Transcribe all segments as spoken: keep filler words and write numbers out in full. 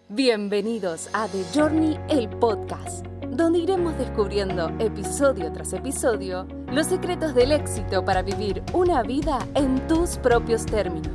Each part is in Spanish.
Bienvenidos a The Journey, el podcast, donde iremos descubriendo episodio tras episodio los secretos del éxito para vivir una vida en tus propios términos.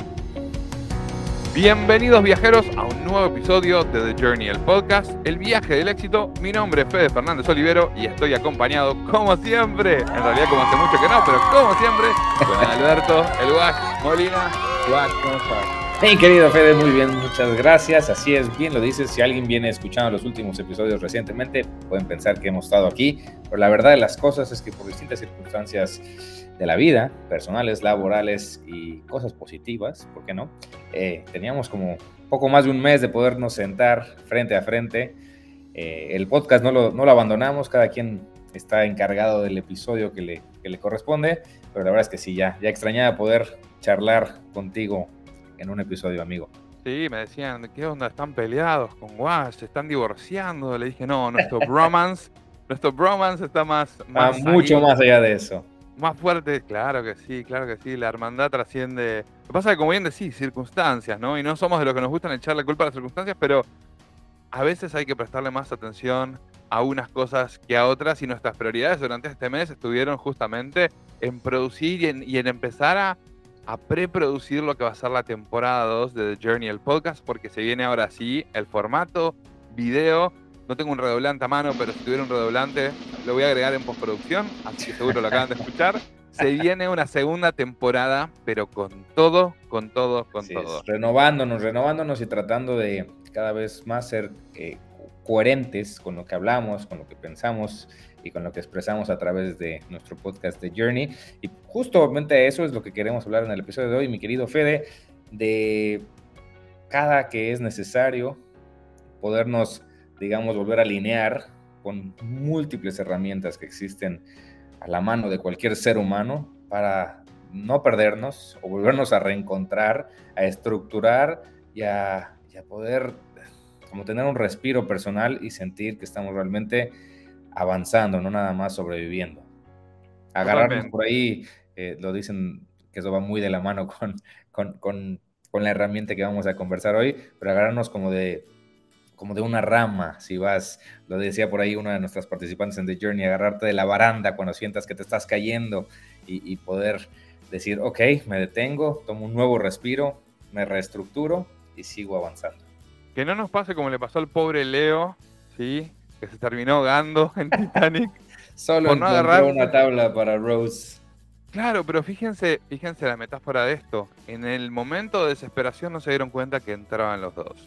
Bienvenidos viajeros a un nuevo episodio de The Journey, el podcast, el viaje del éxito. Mi nombre es Fede Fernández Olivero y estoy acompañado, como siempre, en realidad como hace mucho que no, pero como siempre, con Alberto, el Wash Molina. Wash, ¿cómo estás? Hey, querido Fede, muy bien, muchas gracias. Así es, bien lo dices. Si alguien viene escuchando los últimos episodios recientemente, pueden pensar que hemos estado aquí, pero la verdad de las cosas es que por distintas circunstancias de la vida, personales, laborales y cosas positivas, ¿por qué no? Eh, teníamos como poco más de un mes de podernos sentar frente a frente. Eh, el podcast no lo, no lo abandonamos, cada quien está encargado del episodio que le, que le corresponde, pero la verdad es que sí, ya, ya extrañaba poder charlar contigo en un episodio, amigo. Sí, me decían, ¿qué onda? ¿Están peleados con Wash? ¿Se están divorciando? Le dije, no, nuestro bromance, nuestro bromance está más... más ah, mucho ahí, más allá de eso. Más fuerte, claro que sí, claro que sí. La hermandad trasciende... Lo que pasa es que, como bien decís, circunstancias, ¿no? Y no somos de los que nos gustan echar la culpa a las circunstancias, pero a veces hay que prestarle más atención a unas cosas que a otras, y nuestras prioridades durante este mes estuvieron justamente en producir y en, y en empezar a a preproducir lo que va a ser la temporada dos de The Journey, el podcast, porque se viene ahora sí el formato, video. No tengo un redoblante a mano, pero si tuviera un redoblante lo voy a agregar en postproducción, así que seguro lo acaban de escuchar. Se viene una segunda temporada, pero con todo, con todo, con Así todo. Es, renovándonos, renovándonos y tratando de cada vez más ser eh, coherentes con lo que hablamos, con lo que pensamos y con lo que expresamos a través de nuestro podcast The Journey. Y justamente eso es lo que queremos hablar en el episodio de hoy, mi querido Fede, de cada que es necesario podernos, digamos, volver a alinear con múltiples herramientas que existen a la mano de cualquier ser humano para no perdernos o volvernos a reencontrar, a estructurar y a, y a poder como tener un respiro personal y sentir que estamos realmente avanzando, no nada más sobreviviendo. Agarrarnos por ahí, eh, lo dicen que eso va muy de la mano con, con, con, con la herramienta que vamos a conversar hoy, pero agarrarnos como de, como de una rama, si vas, lo decía por ahí una de nuestras participantes en The Journey, agarrarte de la baranda cuando sientas que te estás cayendo y, y poder decir, ok, me detengo, tomo un nuevo respiro, me reestructuro y sigo avanzando. Que no nos pase como le pasó al pobre Leo, ¿sí? Que se terminó ahogando en Titanic. Solo por no encontró agarrarse una tabla para Rose. Claro, pero fíjense, fíjense la metáfora de esto. En el momento de desesperación no se dieron cuenta que entraban los dos.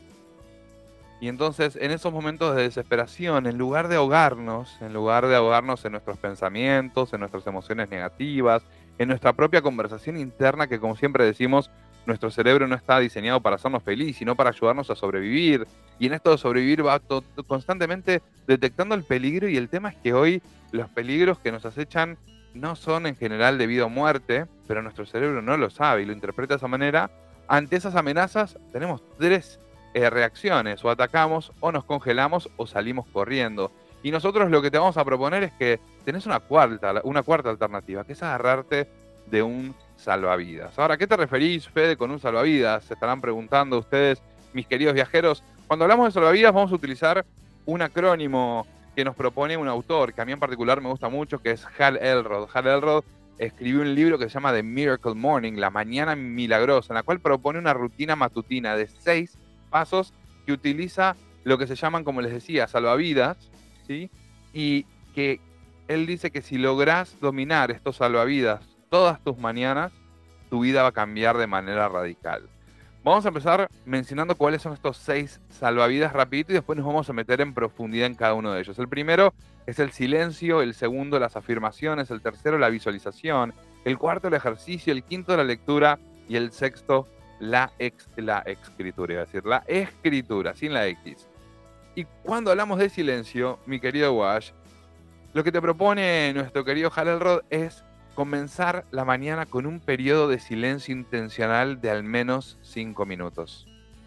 Y entonces, en esos momentos de desesperación, en lugar de ahogarnos, en lugar de ahogarnos en nuestros pensamientos, en nuestras emociones negativas, en nuestra propia conversación interna, que como siempre decimos, nuestro cerebro no está diseñado para hacernos felices, sino para ayudarnos a sobrevivir. Y en esto de sobrevivir va constantemente detectando el peligro, y el tema es que hoy los peligros que nos acechan no son en general de vida o muerte, pero nuestro cerebro no lo sabe y lo interpreta de esa manera. Ante esas amenazas tenemos tres eh, reacciones: o atacamos, o nos congelamos, o salimos corriendo. Y nosotros lo que te vamos a proponer es que tenés una cuarta, una cuarta alternativa, que es agarrarte de un salvavidas. Ahora, ¿qué te referís, Fede, con un salvavidas? Se estarán preguntando ustedes, mis queridos viajeros. Cuando hablamos de salvavidas vamos a utilizar un acrónimo que nos propone un autor que a mí en particular me gusta mucho, que es Hal Elrod. Hal Elrod escribió un libro que se llama The Miracle Morning, La Mañana Milagrosa, en la cual propone una rutina matutina de seis pasos que utiliza lo que se llaman, como les decía, salvavidas, ¿sí? Y que él dice que si lográs dominar estos salvavidas todas tus mañanas, tu vida va a cambiar de manera radical. Vamos a empezar mencionando cuáles son estos seis salvavidas rapidito y después nos vamos a meter en profundidad en cada uno de ellos. El primero es el silencio, el segundo las afirmaciones, el tercero la visualización, el cuarto el ejercicio, el quinto la lectura y el sexto la, ex, la escritura, iba a decir, la escritura, sin la X. Y cuando hablamos de silencio, mi querido Wash, lo que te propone nuestro querido Hal Elrod es comenzar la mañana con un periodo de silencio intencional de al menos cinco minutos.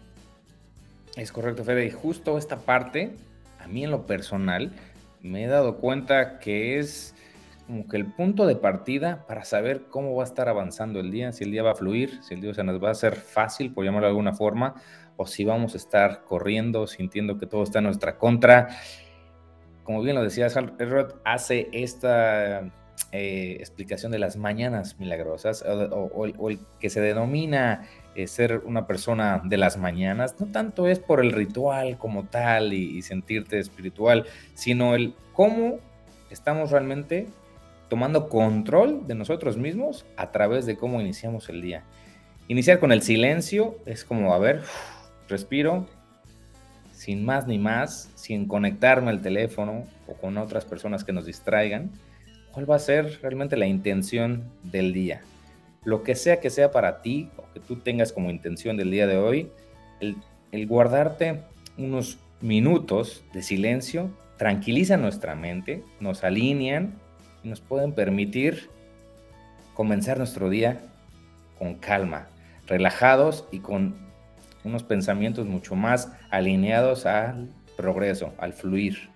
Es correcto, Fede. Y justo esta parte, a mí en lo personal, me he dado cuenta que es como que el punto de partida para saber cómo va a estar avanzando el día, si el día va a fluir, si el día se nos va a hacer fácil, por llamarlo de alguna forma, o si vamos a estar corriendo, sintiendo que todo está en nuestra contra. Como bien lo decía Elrod, hace esta eh, explicación de las mañanas milagrosas, o, o, o el que se denomina eh, ser una persona de las mañanas, no tanto es por el ritual como tal y, y sentirte espiritual, sino el cómo estamos realmente tomando control de nosotros mismos a través de cómo iniciamos el día. Iniciar con el silencio es como, a ver, respiro, sin más ni más, sin conectarme al teléfono o con otras personas que nos distraigan. ¿Cuál va a ser realmente la intención del día? Lo que sea que sea para ti o que tú tengas como intención del día de hoy, el, el guardarte unos minutos de silencio tranquiliza nuestra mente, nos alinean y nos pueden permitir comenzar nuestro día con calma, relajados y con unos pensamientos mucho más alineados al progreso, al fluir.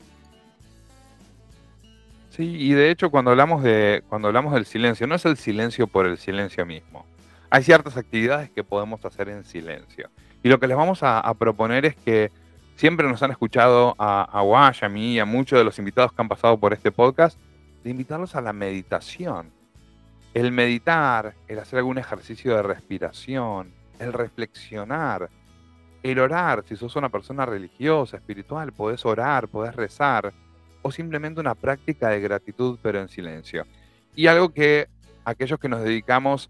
Sí, y de hecho cuando hablamos de cuando hablamos del silencio, no es el silencio por el silencio mismo. Hay ciertas actividades que podemos hacer en silencio. Y lo que les vamos a, a proponer es que siempre nos han escuchado a, a Wash, a mí y a muchos de los invitados que han pasado por este podcast, de invitarlos a la meditación. El meditar, el hacer algún ejercicio de respiración, el reflexionar, el orar. Si sos una persona religiosa, espiritual, podés orar, podés rezar, o simplemente una práctica de gratitud pero en silencio. Y algo que aquellos que nos dedicamos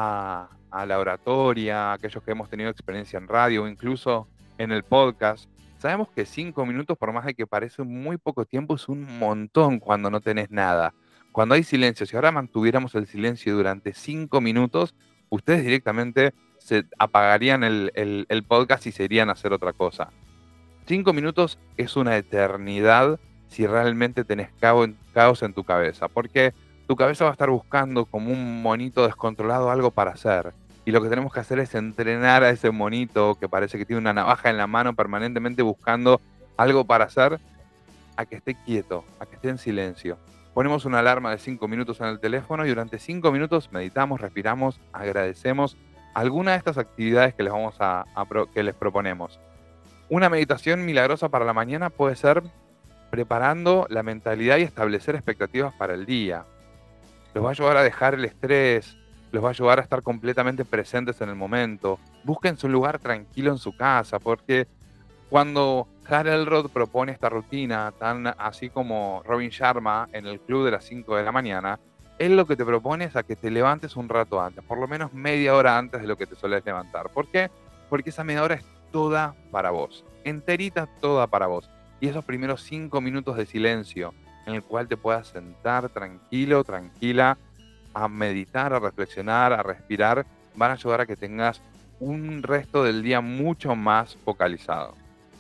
a, a la oratoria, aquellos que hemos tenido experiencia en radio o incluso en el podcast, sabemos que cinco minutos, por más de que parece muy poco tiempo, es un montón cuando no tenés nada. Cuando hay silencio, si ahora mantuviéramos el silencio durante cinco minutos, ustedes directamente se apagarían el, el, el podcast y se irían a hacer otra cosa. Cinco minutos es una eternidad si realmente tenés caos en tu cabeza, porque tu cabeza va a estar buscando como un monito descontrolado algo para hacer. Y lo que tenemos que hacer es entrenar a ese monito que parece que tiene una navaja en la mano permanentemente buscando algo para hacer, a que esté quieto, a que esté en silencio. Ponemos una alarma de cinco minutos en el teléfono y durante cinco minutos meditamos, respiramos, agradecemos alguna de estas actividades que les, vamos a, a pro, que les proponemos. Una meditación milagrosa para la mañana puede ser preparando la mentalidad y establecer expectativas para el día. Los va a ayudar a dejar el estrés, los va a ayudar a estar completamente presentes en el momento. Búsquense un lugar tranquilo en su casa, porque cuando Hal Elrod propone esta rutina, tan así como Robin Sharma en el club de las cinco de la mañana, él lo que te propone es a que te levantes un rato antes, por lo menos media hora antes de lo que te sueles levantar. ¿Por qué? Porque esa media hora es toda para vos, enterita toda para vos. Y esos primeros cinco minutos de silencio en el cual te puedas sentar tranquilo, tranquila, a meditar, a reflexionar, a respirar, van a ayudar a que tengas un resto del día mucho más focalizado.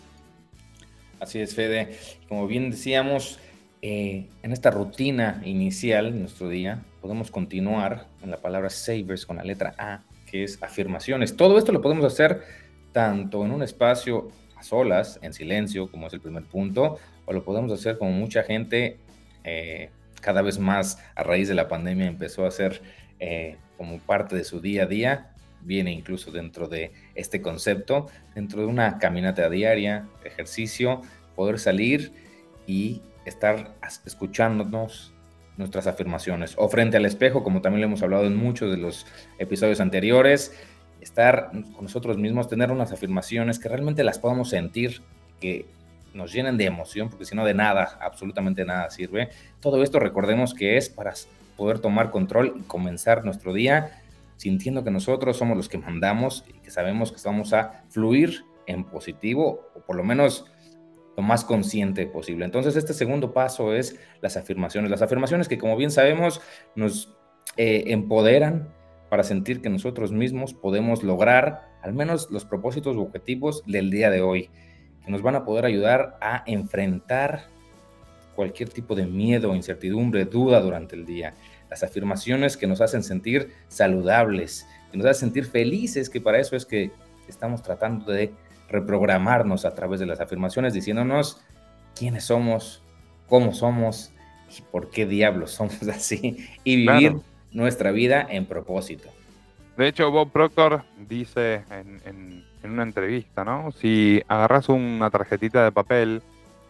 Así es, Fede. Como bien decíamos, eh, en esta rutina inicial de nuestro día, podemos continuar en la palabra savers con la letra A, que es afirmaciones. Todo esto lo podemos hacer tanto en un espacio a solas, en silencio, como es el primer punto, o lo podemos hacer como mucha gente eh, cada vez más a raíz de la pandemia empezó a hacer eh, como parte de su día a día. Viene incluso dentro de este concepto, dentro de una caminata diaria, ejercicio, poder salir y estar escuchándonos nuestras afirmaciones. O frente al espejo, como también lo hemos hablado en muchos de los episodios anteriores, estar con nosotros mismos, tener unas afirmaciones que realmente las podamos sentir, que nos llenen de emoción, porque si no de nada, absolutamente nada sirve. Todo esto recordemos que es para poder tomar control y comenzar nuestro día sintiendo que nosotros somos los que mandamos y que sabemos que vamos a fluir en positivo, o por lo menos lo más consciente posible. Entonces, este segundo paso es las afirmaciones. Las afirmaciones que, como bien sabemos, nos eh, empoderan para sentir que nosotros mismos podemos lograr al menos los propósitos u objetivos del día de hoy, que nos van a poder ayudar a enfrentar cualquier tipo de miedo, incertidumbre, duda durante el día. Las afirmaciones que nos hacen sentir saludables, que nos hacen sentir felices, que para eso es que estamos tratando de reprogramarnos a través de las afirmaciones, diciéndonos quiénes somos, cómo somos y por qué diablos somos así, y vivir claro. nuestra vida en propósito. De hecho, Bob Proctor dice en, en, en una entrevista, ¿no? Si agarras una tarjetita de papel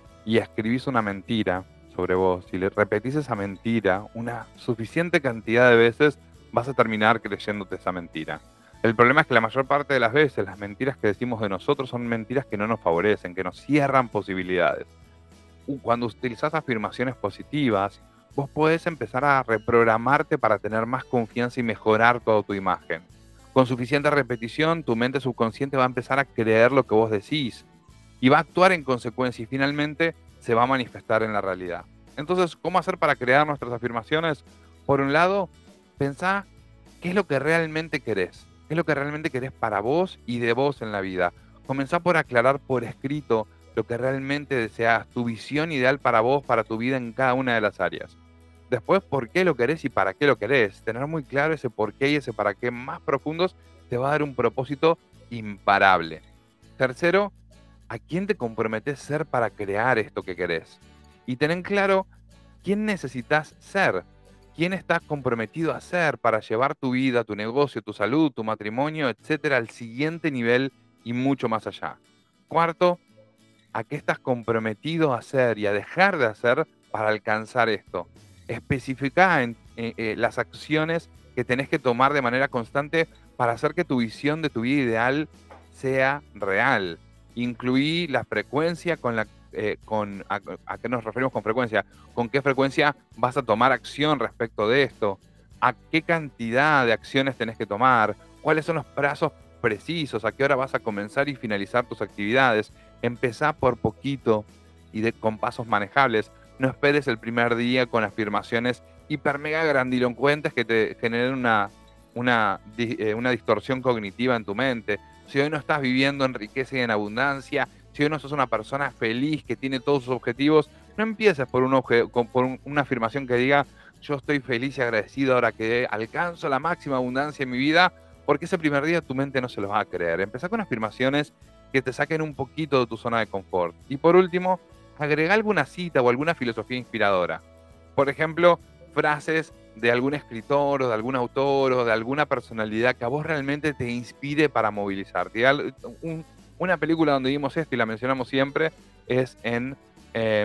y escribís una mentira sobre vos, si le repetís esa mentira una suficiente cantidad de veces, vas a terminar creyéndote esa mentira. El problema es que la mayor parte de las veces las mentiras que decimos de nosotros son mentiras que no nos favorecen, que nos cierran posibilidades. Cuando utilizás afirmaciones positivas, vos podés empezar a reprogramarte para tener más confianza y mejorar toda tu imagen. Con suficiente repetición, tu mente subconsciente va a empezar a creer lo que vos decís y va a actuar en consecuencia y finalmente se va a manifestar en la realidad. Entonces, ¿cómo hacer para crear nuestras afirmaciones? Por un lado, pensá qué es lo que realmente querés, qué es lo que realmente querés para vos y de vos en la vida. Comenzá por aclarar por escrito lo que realmente deseas, tu visión ideal para vos, para tu vida en cada una de las áreas. Después, por qué lo querés y para qué lo querés. Tener muy claro ese por qué y ese para qué más profundos te va a dar un propósito imparable. Tercero, ¿a quién te comprometés ser para crear esto que querés? Y tener claro quién necesitas ser, quién estás comprometido a ser para llevar tu vida, tu negocio, tu salud, tu matrimonio, etcétera, al siguiente nivel y mucho más allá. Cuarto, ¿a qué estás comprometido a hacer y a dejar de hacer para alcanzar esto? Especifica en, eh, eh, las acciones que tenés que tomar de manera constante para hacer que tu visión de tu vida ideal sea real. Incluí la frecuencia con la eh, con a, a qué nos referimos con frecuencia, con qué frecuencia vas a tomar acción respecto de esto, a qué cantidad de acciones tenés que tomar, cuáles son los plazos precisos, a qué hora vas a comenzar y finalizar tus actividades. Empezá por poquito y de, con pasos manejables. No esperes el primer día con afirmaciones hiper mega grandilocuentes que te generen una, una, eh, una distorsión cognitiva en tu mente. Si hoy no estás viviendo en riqueza y en abundancia, si hoy no sos una persona feliz que tiene todos sus objetivos, no empieces por, un obje, por un, una afirmación que diga yo estoy feliz y agradecido ahora que alcanzo la máxima abundancia en mi vida, porque ese primer día tu mente no se lo va a creer. Empezá con afirmaciones que te saquen un poquito de tu zona de confort. Y por último, agrega alguna cita o alguna filosofía inspiradora. Por ejemplo, frases de algún escritor o de algún autor o de alguna personalidad que a vos realmente te inspire para movilizarte. Un, una película donde vimos esto y la mencionamos siempre es en... Eh,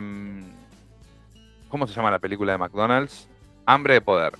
¿cómo se llama la película de McDonald's? Hambre de Poder.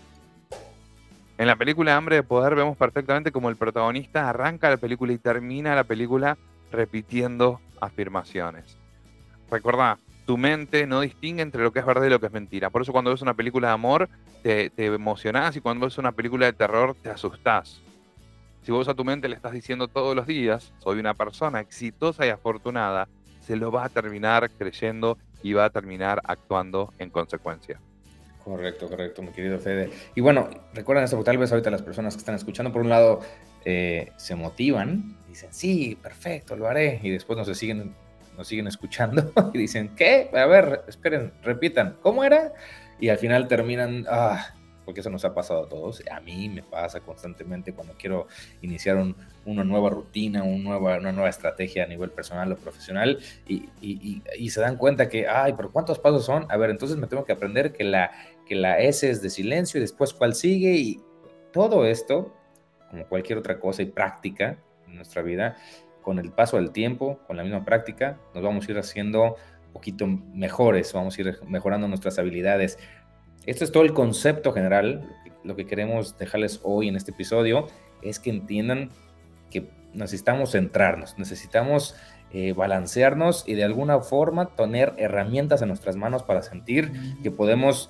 En la película Hambre de Poder vemos perfectamente cómo el protagonista arranca la película y termina la película repitiendo afirmaciones. Recordá, tu mente no distingue entre lo que es verdad y lo que es mentira. Por eso cuando ves una película de amor te, te emocionás y cuando ves una película de terror te asustás. Si vos a tu mente le estás diciendo todos los días, soy una persona exitosa y afortunada, se lo va a terminar creyendo y va a terminar actuando en consecuencia. Correcto, correcto, mi querido Fede. Y bueno, recuerden esto, porque tal vez ahorita las personas que están escuchando, por un lado, eh, se motivan, dicen, sí, perfecto, lo haré, y después nos siguen, nos siguen escuchando y dicen, ¿qué? A ver, esperen, repitan, ¿cómo era? Y al final terminan, ah, porque eso nos ha pasado a todos, a mí me pasa constantemente cuando quiero iniciar un, una nueva rutina, un nueva, una nueva estrategia a nivel personal o profesional, y, y, y, y se dan cuenta que, ay, pero ¿cuántos pasos son? A ver, entonces me tengo que aprender que la, que la S es de silencio y después cuál sigue, y todo esto, como cualquier otra cosa y práctica en nuestra vida, con el paso del tiempo, con la misma práctica, nos vamos a ir haciendo un poquito mejores, vamos a ir mejorando nuestras habilidades. Esto es todo el concepto general. Lo que queremos dejarles hoy en este episodio es que entiendan que necesitamos centrarnos, necesitamos eh, balancearnos y de alguna forma tener herramientas en nuestras manos para sentir que podemos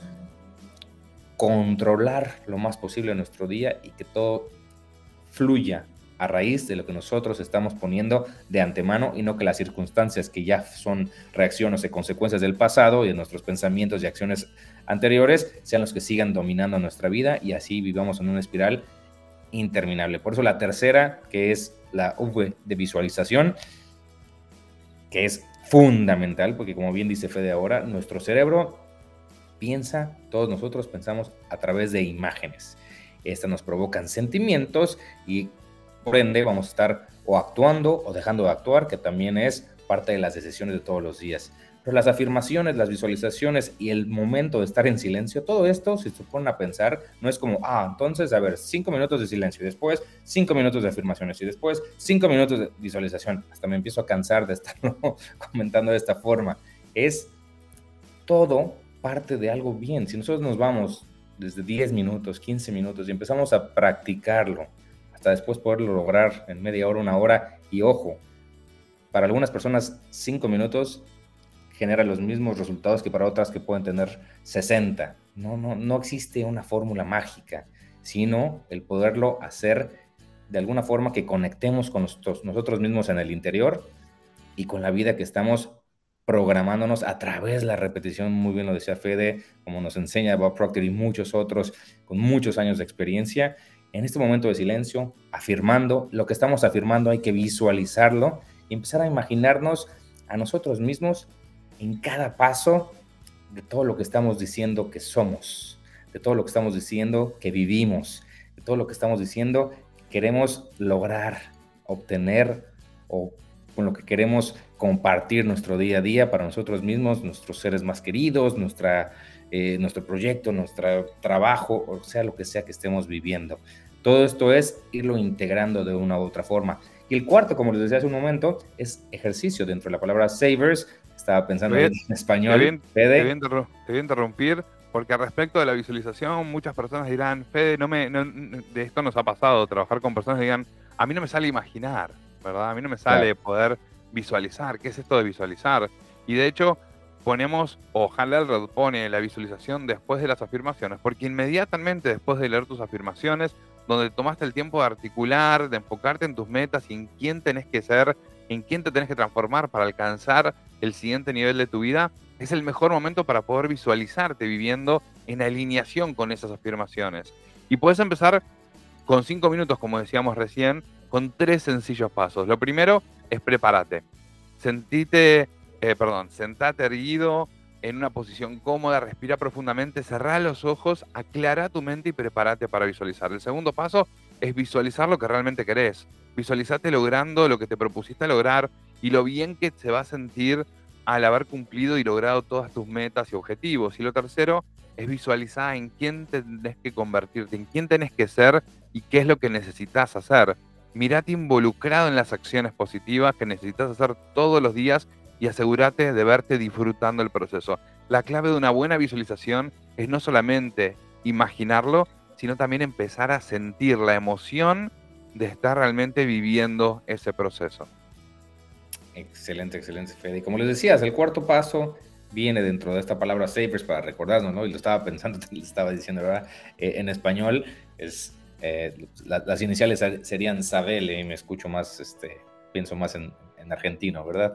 controlar lo más posible nuestro día y que todo fluya a raíz de lo que nosotros estamos poniendo de antemano y no que las circunstancias que ya son reacciones y consecuencias del pasado y de nuestros pensamientos y acciones anteriores sean los que sigan dominando nuestra vida y así vivamos en una espiral interminable. Por eso la tercera, que es la V de visualización, que es fundamental, porque como bien dice Fede ahora, nuestro cerebro piensa, todos nosotros pensamos a través de imágenes. Estas nos provocan sentimientos y por ende vamos a estar o actuando o dejando de actuar, que también es parte de las decisiones de todos los días. Pero las afirmaciones, las visualizaciones y el momento de estar en silencio, todo esto, si se ponen a pensar, no es como, ah, entonces, a ver, cinco minutos de silencio y después cinco minutos de afirmaciones y después cinco minutos de visualización. Hasta me empiezo a cansar de estarlo comentando de esta forma. Es todo parte de algo bien. Si nosotros nos vamos desde diez minutos, quince minutos y empezamos a practicarlo, hasta después poderlo lograr en media hora, una hora, y ojo, para algunas personas cinco minutos genera los mismos resultados que para otras que pueden tener sesenta. No, no, no existe una fórmula mágica, sino el poderlo hacer de alguna forma que conectemos con nosotros, nosotros mismos en el interior y con la vida que estamos programándonos a través de la repetición. Muy bien lo decía Fede, como nos enseña Bob Proctor y muchos otros con muchos años de experiencia. En este momento de silencio, afirmando, lo que estamos afirmando hay que visualizarlo y empezar a imaginarnos a nosotros mismos en cada paso de todo lo que estamos diciendo que somos, de todo lo que estamos diciendo que vivimos, de todo lo que estamos diciendo que queremos lograr, obtener o con lo que queremos compartir nuestro día a día para nosotros mismos, nuestros seres más queridos, nuestra, eh, nuestro proyecto, nuestro trabajo, o sea, lo que sea que estemos viviendo. Todo esto es irlo integrando de una u otra forma. Y el cuarto, como les decía hace un momento, es ejercicio. Dentro de la palabra savers, estaba pensando Te en voy- español. Te voy, Fede. te voy a interru- te voy a interrumpir porque respecto de la visualización, muchas personas dirán, Fede, no me, no- no- de esto nos ha pasado, trabajar con personas que digan, a mí no me sale imaginar, ¿verdad? A mí no me sale poder visualizar. ¿Qué es esto de visualizar? Y de hecho, ponemos, o Hal pone la visualización después de las afirmaciones, porque inmediatamente después de leer tus afirmaciones, donde tomaste el tiempo de articular, de enfocarte en tus metas y en quién tenés que ser, en quién te tenés que transformar para alcanzar el siguiente nivel de tu vida, es el mejor momento para poder visualizarte viviendo en alineación con esas afirmaciones. Y puedes empezar con cinco minutos, como decíamos recién, con tres sencillos pasos. Lo primero es prepárate. Sentite, eh, perdón, sentate erguido en una posición cómoda, respira profundamente, cerrá los ojos, aclara tu mente y prepárate para visualizar. El segundo paso es visualizar lo que realmente querés. Visualizate logrando lo que te propusiste lograr y lo bien que se va a sentir al haber cumplido y logrado todas tus metas y objetivos. Y lo tercero es visualizar en quién tenés que convertirte, en quién tenés que ser y qué es lo que necesitas hacer. Mirate involucrado en las acciones positivas que necesitas hacer todos los días y asegúrate de verte disfrutando el proceso. La clave de una buena visualización es no solamente imaginarlo, sino también empezar a sentir la emoción de estar realmente viviendo ese proceso. Excelente, excelente, Fede. Y como les decías, el cuarto paso viene dentro de esta palabra savers para recordarnos, ¿no? Y lo estaba pensando, te lo estaba diciendo, ¿verdad? Eh, en español es, eh, la, las iniciales serían Sabele y me escucho más, este, pienso más en, en argentino, ¿verdad?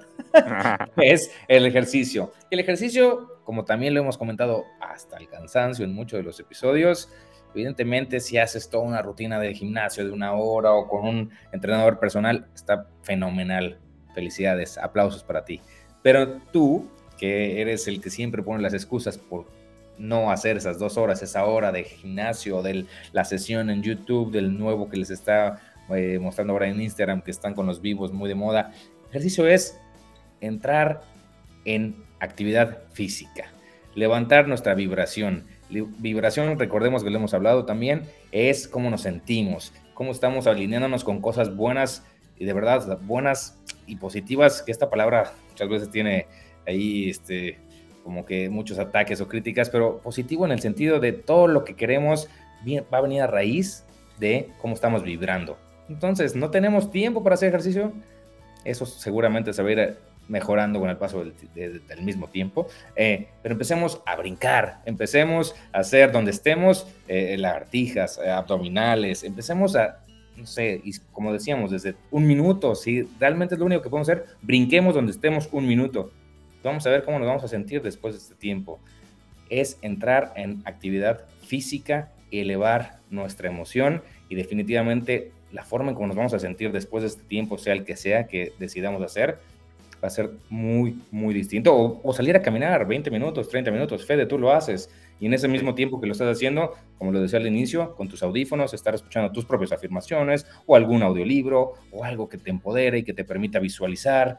Es el ejercicio. El ejercicio, como también lo hemos comentado hasta el cansancio en muchos de los episodios, evidentemente si haces toda una rutina de gimnasio de una hora o con un entrenador personal, está fenomenal. Felicidades, aplausos para ti. Pero tú, que eres el que siempre pone las excusas por no hacer esas dos horas, esa hora de gimnasio, de la sesión en YouTube, del nuevo que les está eh, mostrando ahora en Instagram, que están con los vivos muy de moda. El ejercicio es entrar en actividad física, levantar nuestra vibración. Vibración, recordemos que lo hemos hablado también, es cómo nos sentimos, cómo estamos alineándonos con cosas buenas y de verdad buenas y positivas, que esta palabra muchas veces tiene ahí este, como que muchos ataques o críticas, pero positivo en el sentido de todo lo que queremos va a venir a raíz de cómo estamos vibrando. Entonces, ¿no tenemos tiempo para hacer ejercicio? Eso seguramente se va a ir mejorando con el paso del, de, del mismo tiempo, eh, pero empecemos a brincar, empecemos a hacer donde estemos eh, lagartijas, eh, abdominales, empecemos a, no sé, y como decíamos, desde un minuto, si realmente es lo único que podemos hacer, brinquemos donde estemos un minuto, vamos a ver cómo nos vamos a sentir después de este tiempo. Es entrar en actividad física, elevar nuestra emoción y definitivamente la forma en cómo nos vamos a sentir después de este tiempo, sea el que sea que decidamos hacer, va a ser muy, muy distinto. O, o salir a caminar veinte minutos, treinta minutos. Fede, tú lo haces. Y en ese mismo tiempo que lo estás haciendo, como lo decía al inicio, con tus audífonos, estar escuchando tus propias afirmaciones o algún audiolibro o algo que te empodere y que te permita visualizar.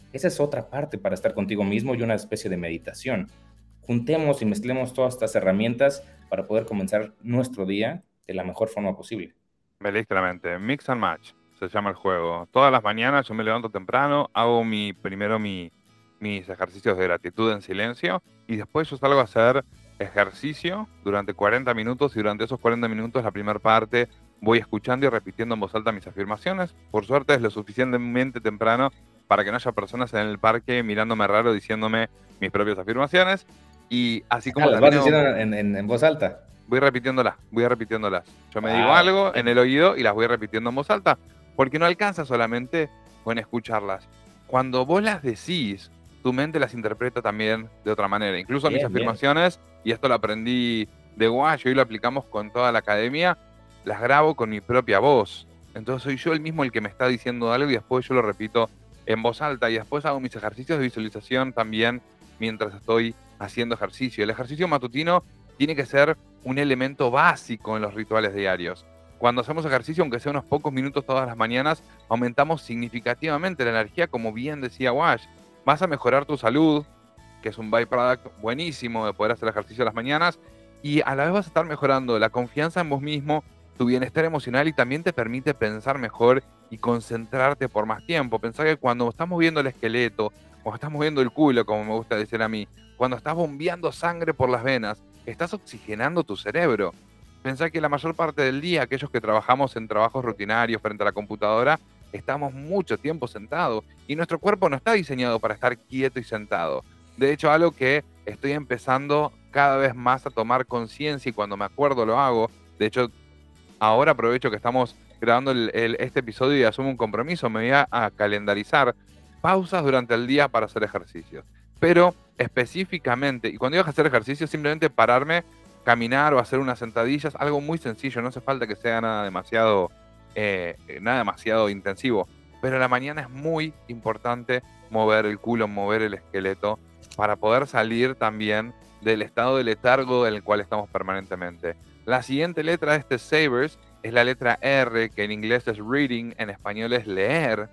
esa es otra parte para estar contigo mismo y una especie de meditación. Juntemos y mezclemos todas estas herramientas para poder comenzar nuestro día de la mejor forma posible. Literalmente, mix and match se llama el juego. Todas las mañanas yo me levanto temprano, hago mi, primero mi, mis ejercicios de gratitud en silencio y después yo salgo a hacer ejercicio durante cuarenta minutos y durante esos cuarenta minutos la primera parte voy escuchando y repitiendo en voz alta mis afirmaciones. Por suerte es lo suficientemente temprano para que no haya personas en el parque mirándome raro diciéndome mis propias afirmaciones. Y así como ah, ¿las vas diciendo en, en, en voz alta? Voy repitiéndolas, voy repitiéndolas. Yo me Wow. digo algo en el oído y las voy repitiendo en voz alta, porque no alcanza solamente con escucharlas. Cuando vos las decís, tu mente las interpreta también de otra manera. Incluso Bien, mis afirmaciones, bien. Y esto lo aprendí de Wash, y hoy lo aplicamos con toda la academia, las grabo con mi propia voz. Entonces soy yo el mismo el que me está diciendo algo y después yo lo repito en voz alta y después hago mis ejercicios de visualización también mientras estoy haciendo ejercicio. El ejercicio matutino tiene que ser un elemento básico en los rituales diarios. Cuando hacemos ejercicio, aunque sea unos pocos minutos todas las mañanas, aumentamos significativamente la energía, como bien decía Wash. Vas a mejorar tu salud, que es un byproduct buenísimo de poder hacer ejercicio a las mañanas, y a la vez vas a estar mejorando la confianza en vos mismo, tu bienestar emocional, y también te permite pensar mejor y concentrarte por más tiempo. Pensá que cuando estás moviendo el esqueleto, cuando estás moviendo el culo, como me gusta decir a mí, cuando estás bombeando sangre por las venas, estás oxigenando tu cerebro. Pensá que la mayor parte del día, aquellos que trabajamos en trabajos rutinarios frente a la computadora, estamos mucho tiempo sentados y nuestro cuerpo no está diseñado para estar quieto y sentado. De hecho, algo que estoy empezando cada vez más a tomar conciencia y cuando me acuerdo lo hago. De hecho, ahora aprovecho que estamos grabando el, el, este episodio y asumo un compromiso. Me voy a, a calendarizar pausas durante el día para hacer ejercicios. Pero específicamente, y cuando digo hacer ejercicio, simplemente pararme, caminar o hacer unas sentadillas, algo muy sencillo, no hace falta que sea nada demasiado, eh, nada demasiado intensivo. Pero a la mañana es muy importante mover el culo, mover el esqueleto, para poder salir también del estado de letargo en el cual estamos permanentemente. La siguiente letra de este Savers es la letra R, que en inglés es reading, en español es leer.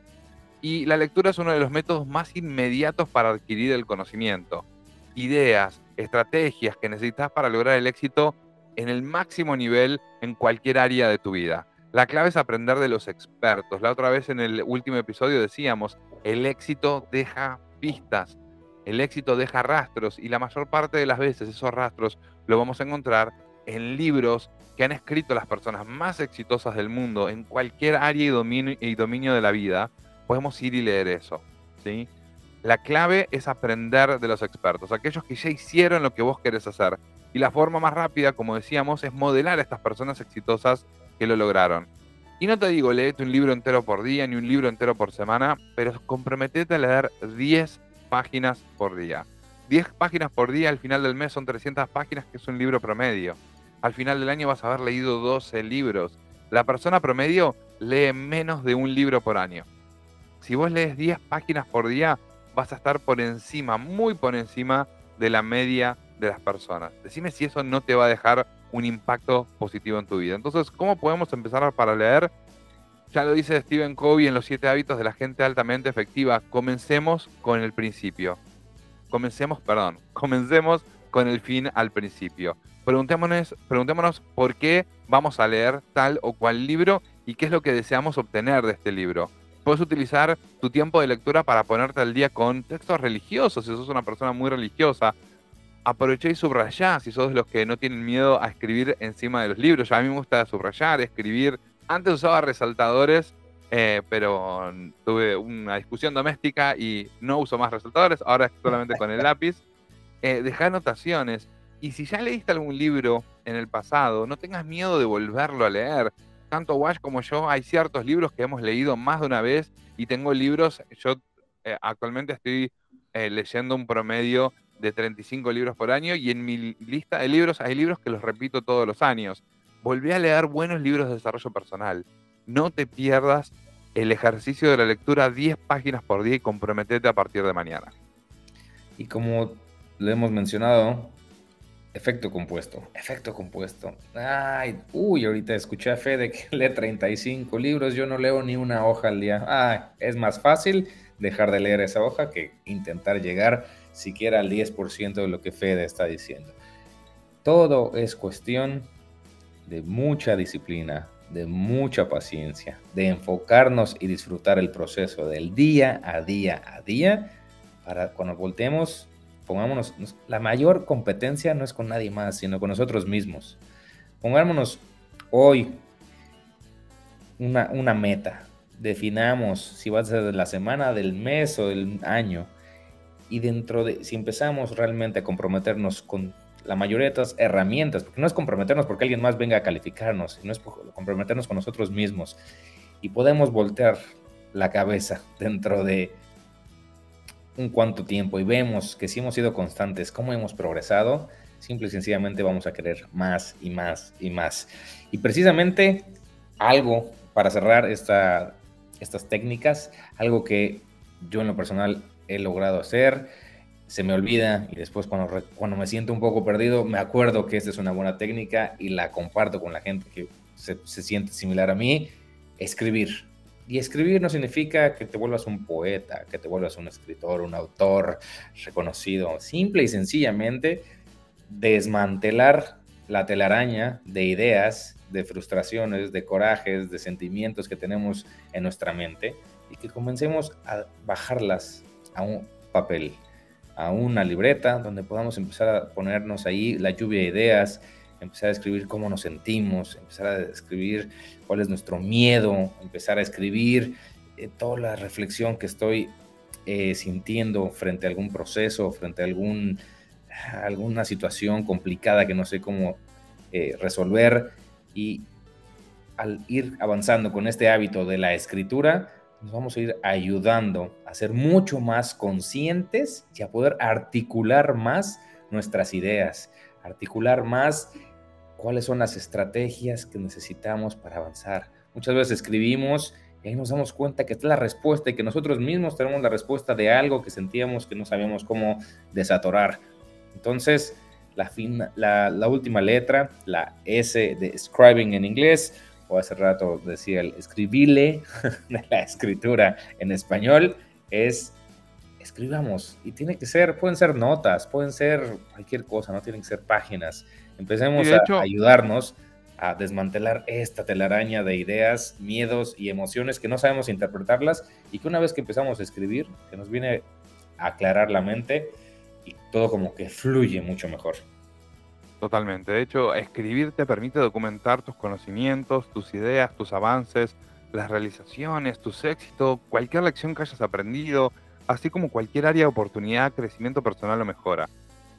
Y la lectura es uno de los métodos más inmediatos para adquirir el conocimiento. Ideas, estrategias que necesitas para lograr el éxito en el máximo nivel en cualquier área de tu vida. La clave es aprender de los expertos. La otra vez en el último episodio decíamos, el éxito deja pistas, el éxito deja rastros y la mayor parte de las veces esos rastros lo vamos a encontrar en libros que han escrito las personas más exitosas del mundo en cualquier área y dominio, y dominio de la vida. Podemos ir y leer eso, ¿sí? La clave es aprender de los expertos, aquellos que ya hicieron lo que vos querés hacer. Y la forma más rápida, como decíamos, es modelar a estas personas exitosas que lo lograron. Y no te digo, léete un libro entero por día, ni un libro entero por semana, pero comprometete a leer diez páginas por día. diez páginas por día al final del mes son trescientas páginas, que es un libro promedio. Al final del año vas a haber leído doce libros. La persona promedio lee menos de un libro por año. Si vos lees diez páginas por día, vas a estar por encima, muy por encima de la media de las personas. Decime si eso no te va a dejar un impacto positivo en tu vida. Entonces, ¿cómo podemos empezar para leer? Ya lo dice Stephen Covey en Los siete hábitos de la gente altamente efectiva. Comencemos con el principio. Comencemos, perdón, comencemos con el fin al principio. Preguntémonos, preguntémonos por qué vamos a leer tal o cual libro y qué es lo que deseamos obtener de este libro. Puedes utilizar tu tiempo de lectura para ponerte al día con textos religiosos, si sos una persona muy religiosa. Aproveché y subrayá, si sos de los que no tienen miedo a escribir encima de los libros. Ya a mí me gusta subrayar, escribir. Antes usaba resaltadores, eh, pero tuve una discusión doméstica y no uso más resaltadores, ahora es solamente con el lápiz. Eh, dejá anotaciones. Y si ya leíste algún libro en el pasado, no tengas miedo de volverlo a leer. Tanto Wash como yo, hay ciertos libros que hemos leído más de una vez y tengo libros, yo eh, actualmente estoy eh, leyendo un promedio de treinta y cinco libros por año y en mi lista de libros hay libros que los repito todos los años. Volví a leer buenos libros de desarrollo personal. No te pierdas el ejercicio de la lectura diez páginas por día y comprometete a partir de mañana. Y como lo hemos mencionado, efecto compuesto, efecto compuesto. Ay, uy, ahorita escuché a Fede que lee treinta y cinco libros, yo no leo ni una hoja al día. Ay, es más fácil dejar de leer esa hoja que intentar llegar siquiera al diez por ciento de lo que Fede está diciendo. Todo es cuestión de mucha disciplina, de mucha paciencia, de enfocarnos y disfrutar el proceso del día a día a día, para cuando volteemos, pongámonos, la mayor competencia no es con nadie más, sino con nosotros mismos. Pongámonos hoy una, una meta, definamos si va a ser de la semana, del mes o del año, y dentro de, si empezamos realmente a comprometernos con la mayoría de estas herramientas, porque no es comprometernos porque alguien más venga a calificarnos, sino es comprometernos con nosotros mismos, y podemos voltear la cabeza dentro de un cuánto tiempo y vemos que si hemos sido constantes, cómo hemos progresado, simple y sencillamente vamos a querer más y más y más. Y precisamente algo para cerrar esta, estas técnicas, algo que yo en lo personal he logrado hacer, se me olvida y después cuando, cuando me siento un poco perdido me acuerdo que esta es una buena técnica y la comparto con la gente que se, se siente similar a mí: escribir. Y escribir no significa que te vuelvas un poeta, que te vuelvas un escritor, un autor reconocido. Simple y sencillamente desmantelar la telaraña de ideas, de frustraciones, de corajes, de sentimientos que tenemos en nuestra mente, y que comencemos a bajarlas a un papel, a una libreta, donde podamos empezar a ponernos ahí la lluvia de ideas, empezar a escribir cómo nos sentimos, empezar a escribir cuál es nuestro miedo, empezar a escribir eh, toda la reflexión que estoy eh, sintiendo frente a algún proceso, frente a algún, alguna situación complicada que no sé cómo eh, resolver. Y al ir avanzando con este hábito de la escritura, nos vamos a ir ayudando a ser mucho más conscientes y a poder articular más nuestras ideas, articular más cuáles son las estrategias que necesitamos para avanzar. Muchas veces escribimos y ahí nos damos cuenta que está la respuesta y que nosotros mismos tenemos la respuesta de algo que sentíamos que no sabíamos cómo desatorar. Entonces, la, fin, la, la última letra, la S de scribing en inglés, o hace rato decía el escribile de la escritura en español, es escribamos. Y tiene que ser, pueden ser notas, pueden ser cualquier cosa, no tienen que ser páginas. Empecemos a hecho, ayudarnos a desmantelar esta telaraña de ideas, miedos y emociones que no sabemos interpretarlas, y que una vez que empezamos a escribir, que nos viene a aclarar la mente y todo como que fluye mucho mejor. Totalmente. De hecho, escribir te permite documentar tus conocimientos, tus ideas, tus avances, las realizaciones, tus éxitos, cualquier lección que hayas aprendido, así como cualquier área de oportunidad, crecimiento personal o mejora.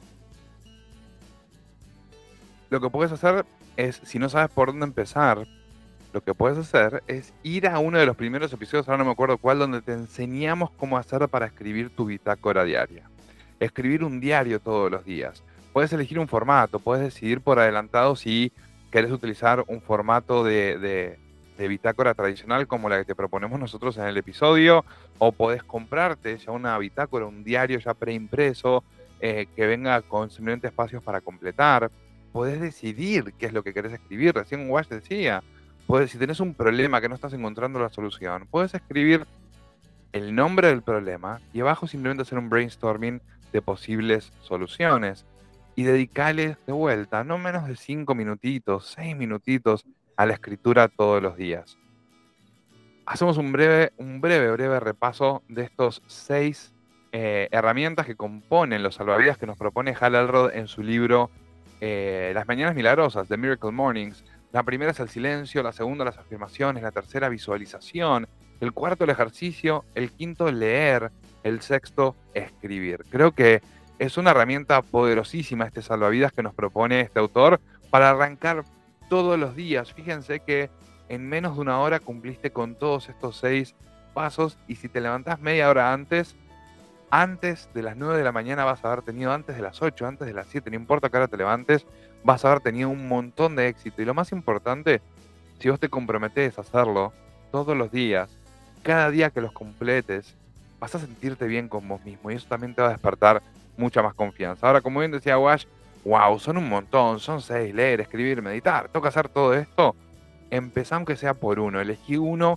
Lo que puedes hacer es, si no sabes por dónde empezar, lo que puedes hacer es ir a uno de los primeros episodios, ahora no me acuerdo cuál, donde te enseñamos cómo hacer para escribir tu bitácora diaria. Escribir un diario todos los días. Puedes elegir un formato, puedes decidir por adelantado si querés utilizar un formato de, de, de bitácora tradicional como la que te proponemos nosotros en el episodio, o podés comprarte ya una bitácora, un diario ya preimpreso, eh, que venga con simplemente espacios para completar. Podés decidir qué es lo que querés escribir. Recién Wash decía, podés, si tenés un problema que no estás encontrando la solución, puedes escribir el nombre del problema y abajo simplemente hacer un brainstorming de posibles soluciones. Y dedicarles de vuelta no menos de cinco minutitos, seis minutitos a la escritura todos los días. Hacemos un breve, un breve, breve repaso de estos seis eh, herramientas que componen los salvavidas que nos propone Hal Elrod en su libro eh, Las Mañanas Milagrosas, The Miracle Mornings. La primera es el silencio, la segunda las afirmaciones, la tercera visualización, el cuarto el ejercicio, el quinto leer, el sexto escribir. Creo que es una herramienta poderosísima este salvavidas que nos propone este autor para arrancar todos los días. Fíjense que en menos de una hora cumpliste con todos estos seis pasos, y si te levantás media hora antes, antes de las nueve de la mañana vas a haber tenido, antes de las ocho, antes de las siete, no importa que ahora te levantes, vas a haber tenido un montón de éxito. Y lo más importante, si vos te comprometés a hacerlo todos los días, cada día que los completes, vas a sentirte bien con vos mismo, y eso también te va a despertar mucha más confianza. Ahora, como bien decía Wash, wow, son un montón, son seis: leer, escribir, meditar, toca hacer todo esto. Empezá aunque sea por uno, elegí uno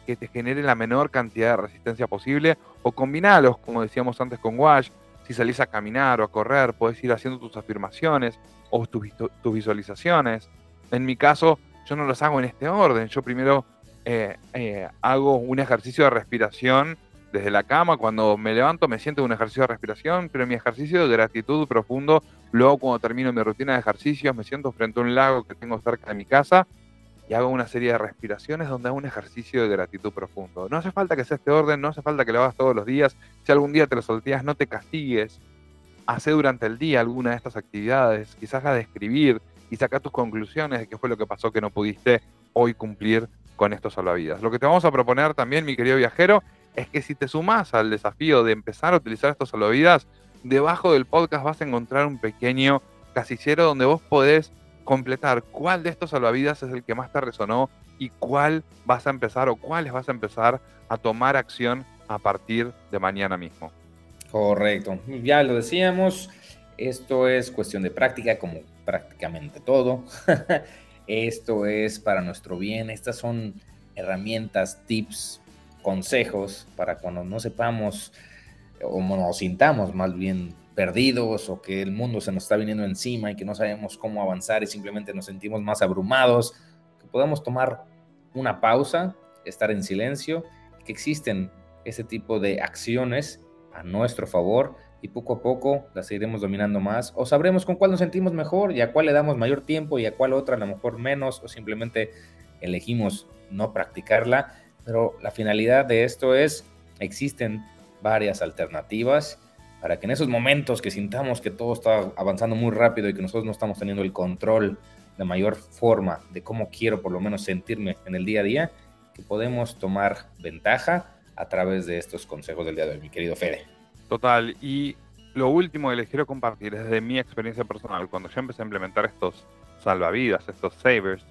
que te genere la menor cantidad de resistencia posible, o combinalos, como decíamos antes con Wash. Si salís a caminar o a correr, podés ir haciendo tus afirmaciones o tus, tus visualizaciones. En mi caso, yo no los hago en este orden. Yo primero eh, eh, hago un ejercicio de respiración desde la cama. Cuando me levanto me siento en un ejercicio de respiración, pero mi ejercicio de gratitud profundo lo hago cuando termino mi rutina de ejercicios. Me siento frente a un lago que tengo cerca de mi casa y hago una serie de respiraciones donde hago un ejercicio de gratitud profundo. No hace falta que sea este orden, no hace falta que lo hagas todos los días. Si algún día te lo solteas, no te castigues. Hacé durante el día alguna de estas actividades, quizás la de escribir, y saca tus conclusiones de qué fue lo que pasó que no pudiste hoy cumplir con estos salvavidas. Lo que te vamos a proponer también, mi querido viajero, es que si te sumás al desafío de empezar a utilizar estos salvavidas, debajo del podcast vas a encontrar un pequeño casillero donde vos podés completar cuál de estos salvavidas es el que más te resonó y cuál vas a empezar o cuáles vas a empezar a tomar acción a partir de mañana mismo. Correcto, ya lo decíamos, esto es cuestión de práctica como prácticamente todo. Esto es para nuestro bien, estas son herramientas, tips, consejos para cuando no sepamos o nos sintamos más bien perdidos o que el mundo se nos está viniendo encima y que no sabemos cómo avanzar y simplemente nos sentimos más abrumados, que podamos tomar una pausa, estar en silencio, que existen ese tipo de acciones a nuestro favor y poco a poco las iremos dominando más o sabremos con cuál nos sentimos mejor y a cuál le damos mayor tiempo y a cuál otra a lo mejor menos o simplemente elegimos no practicarla, pero la finalidad de esto es, existen varias alternativas para que en esos momentos que sintamos que todo está avanzando muy rápido y que nosotros no estamos teniendo el control de mayor forma de cómo quiero por lo menos sentirme en el día a día, que podemos tomar ventaja a través de estos consejos del día de hoy, mi querido Fede. Total, y lo último que les quiero compartir es de mi experiencia personal. Cuando yo empecé a implementar estos salvavidas, estos savers,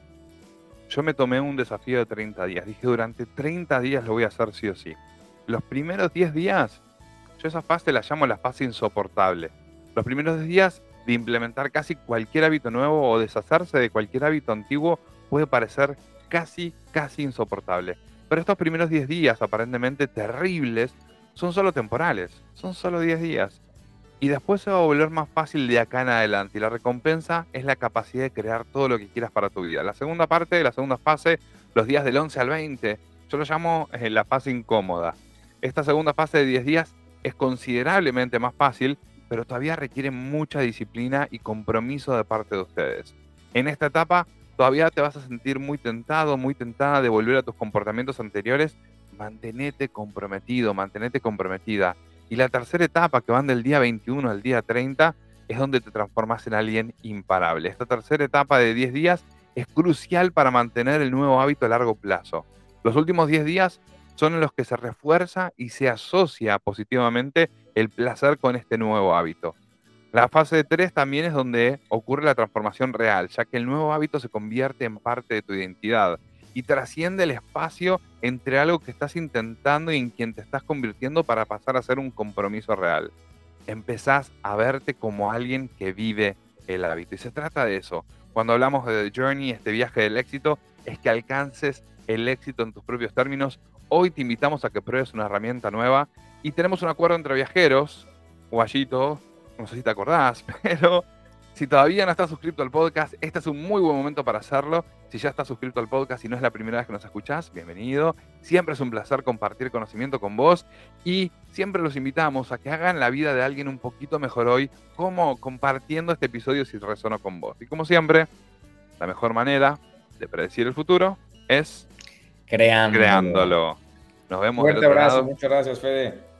yo me tomé un desafío de treinta días. Dije, durante treinta días lo voy a hacer sí o sí. Los primeros diez días, yo esa fase la llamo la fase insoportable. Los primeros días de implementar casi cualquier hábito nuevo o deshacerse de cualquier hábito antiguo puede parecer casi, casi insoportable. Pero estos primeros diez días, aparentemente terribles, son solo temporales. Son solo diez días. Y después se va a volver más fácil de acá en adelante. Y la recompensa es la capacidad de crear todo lo que quieras para tu vida. La segunda parte, la segunda fase, los días del once al veinte, yo lo llamo eh, la fase incómoda. Esta segunda fase de diez días es considerablemente más fácil, pero todavía requiere mucha disciplina y compromiso de parte de ustedes. En esta etapa todavía te vas a sentir muy tentado, muy tentada de volver a tus comportamientos anteriores. Mantenete comprometido, mantenete comprometida. Y la tercera etapa, que van del día veintiuno al día treinta, es donde te transformas en alguien imparable. Esta tercera etapa de diez días es crucial para mantener el nuevo hábito a largo plazo. Los últimos diez días son en los que se refuerza y se asocia positivamente el placer con este nuevo hábito. La fase tres también es donde ocurre la transformación real, ya que el nuevo hábito se convierte en parte de tu identidad y trasciende el espacio entre algo que estás intentando y en quien te estás convirtiendo para pasar a ser un compromiso real. Empezás a verte como alguien que vive el hábito. Y se trata de eso. Cuando hablamos de The Journey, este viaje del éxito, es que alcances el éxito en tus propios términos. Hoy te invitamos a que pruebes una herramienta nueva y tenemos un acuerdo entre viajeros. Guayito, no sé si te acordás, pero si todavía no estás suscrito al podcast, este es un muy buen momento para hacerlo. Si ya estás suscrito al podcast y no es la primera vez que nos escuchás, bienvenido. Siempre es un placer compartir conocimiento con vos y siempre los invitamos a que hagan la vida de alguien un poquito mejor hoy, como compartiendo este episodio si resonó con vos. Y como siempre, la mejor manera de predecir el futuro es creándolo. creándolo. Nos vemos. Fuerte abrazo, muchas gracias, Fede.